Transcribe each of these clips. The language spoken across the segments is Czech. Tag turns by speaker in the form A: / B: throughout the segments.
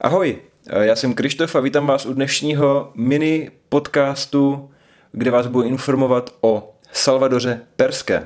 A: Ahoj, já jsem Krištof a vítám vás u dnešního mini podcastu, kde vás budu informovat o Salvadoře Perské.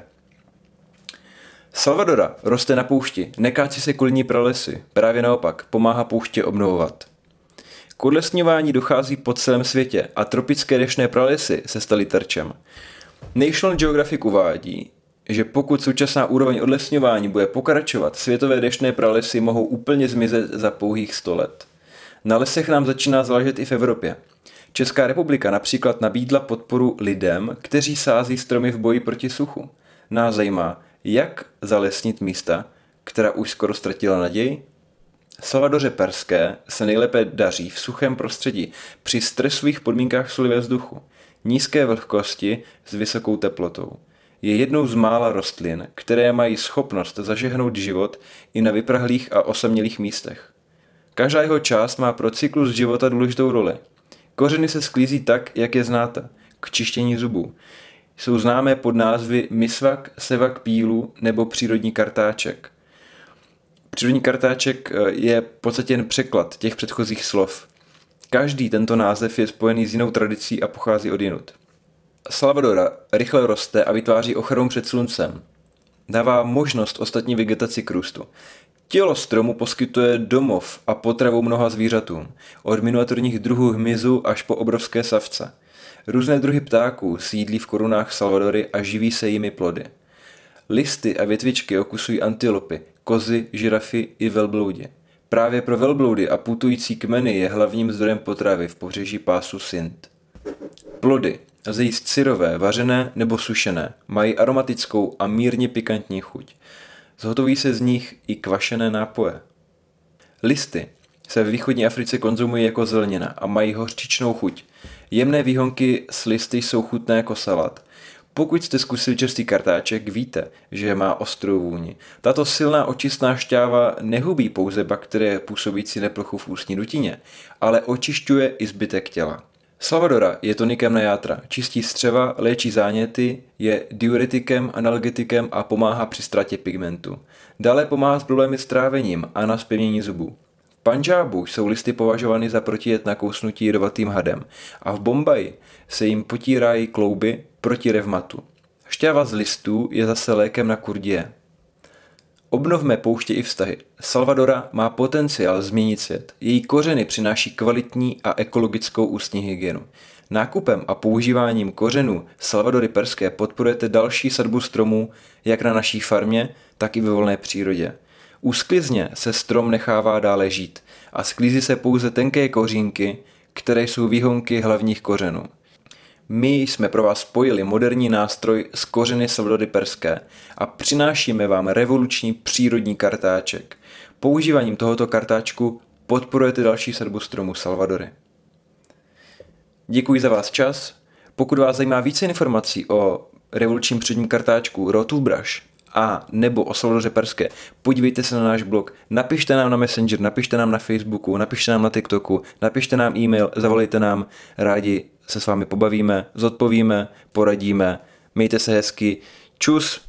A: Salvadora roste na poušti, nekácí se kvůli ní pralesy, právě naopak, pomáhá pouště obnovovat. K odlesňování dochází po celém světě a tropické deštné pralesy se staly terčem. National Geographic uvádí, že pokud současná úroveň odlesňování bude pokračovat, světové deštné pralesy mohou úplně zmizet za pouhých 100 let. Na lesech nám začíná záležet i v Evropě. Česká republika například nabídla podporu lidem, kteří sází stromy v boji proti suchu. Nás zajímá, jak zalesnit místa, která už skoro ztratila naději? Salvadoře Perské se nejlépe daří v suchém prostředí při stresových podmínkách soli ve vzduchu, nízké vlhkosti s vysokou teplotou. Je jednou z mála rostlin, které mají schopnost zažehnout život i na vyprahlých a osamělých místech. Každá jeho část má pro cyklus života důležitou roli. Kořeny se sklízí tak, jak je znáte, k čištění zubů. Jsou známé pod názvy misvak, sevak pílu nebo přírodní kartáček. Přírodní kartáček je v podstatě jen překlad těch předchozích slov. Každý tento název je spojený s jinou tradicí a pochází odjinud. Salvadora rychle roste a vytváří ochranu před sluncem. Dává možnost ostatní vegetaci k růstu. Tělo stromu poskytuje domov a potravu mnoha zvířatům, od miniaturních druhů hmyzu až po obrovské savce. Různé druhy ptáků sídlí v korunách Salvadory a živí se jimi plody. Listy a větvičky okusují antilopy, kozy, žirafy i velbloudi. Právě pro velbloudy a putující kmeny je hlavním zdrojem potravy v pobřeží pásu Sindh. Plody lze jíst syrové, vařené nebo sušené, mají aromatickou a mírně pikantní chuť. Zhotoví se z nich i kvašené nápoje. Listy se v východní Africe konzumují jako zelenina a mají hořčičnou chuť. Jemné výhonky s listy jsou chutné jako salát. Pokud jste zkusili čerstvý kartáček, víte, že má ostrou vůni. Tato silná očistná šťáva nehubí pouze bakterie působící neplochu v ústní dutině, ale očišťuje i zbytek těla. Salvadora je tonikem na játra, čistí střeva, léčí záněty, je diuretikem, analgetikem a pomáhá při ztrátě pigmentu. Dále pomáhá s problémy s trávením a na zpevnění zubů. V Pandžábu jsou listy považovány za protijed na kousnutí jedovatým hadem a v Bombaji se jim potírají klouby proti revmatu. Šťáva z listů je zase lékem na kurdie. Obnovme pouště i vztahy. Salvadora má potenciál změnit svět. Její kořeny přináší kvalitní a ekologickou ústní hygienu. Nákupem a používáním kořenů Salvadory Perské podporujete další sadbu stromů jak na naší farmě, tak i ve volné přírodě. U sklizně se strom nechává dále žít a sklízí se pouze tenké kořínky, které jsou výhonky hlavních kořenů. My jsme pro vás spojili moderní nástroj z kořeny Salvadory Perské a přinášíme vám revoluční přírodní kartáček. Používáním tohoto kartáčku podporujete další sadbu stromů Salvadory. Děkuji za váš čas. Pokud vás zajímá více informací o revolučním přírodním kartáčku Rotův Brush a nebo o Salvadoře Perské, podívejte se na náš blog, napište nám na Messenger, napište nám na Facebooku, napište nám na TikToku, napište nám e-mail, zavolejte nám, rádi se s vámi pobavíme, zodpovíme, poradíme. Mějte se hezky. Čus!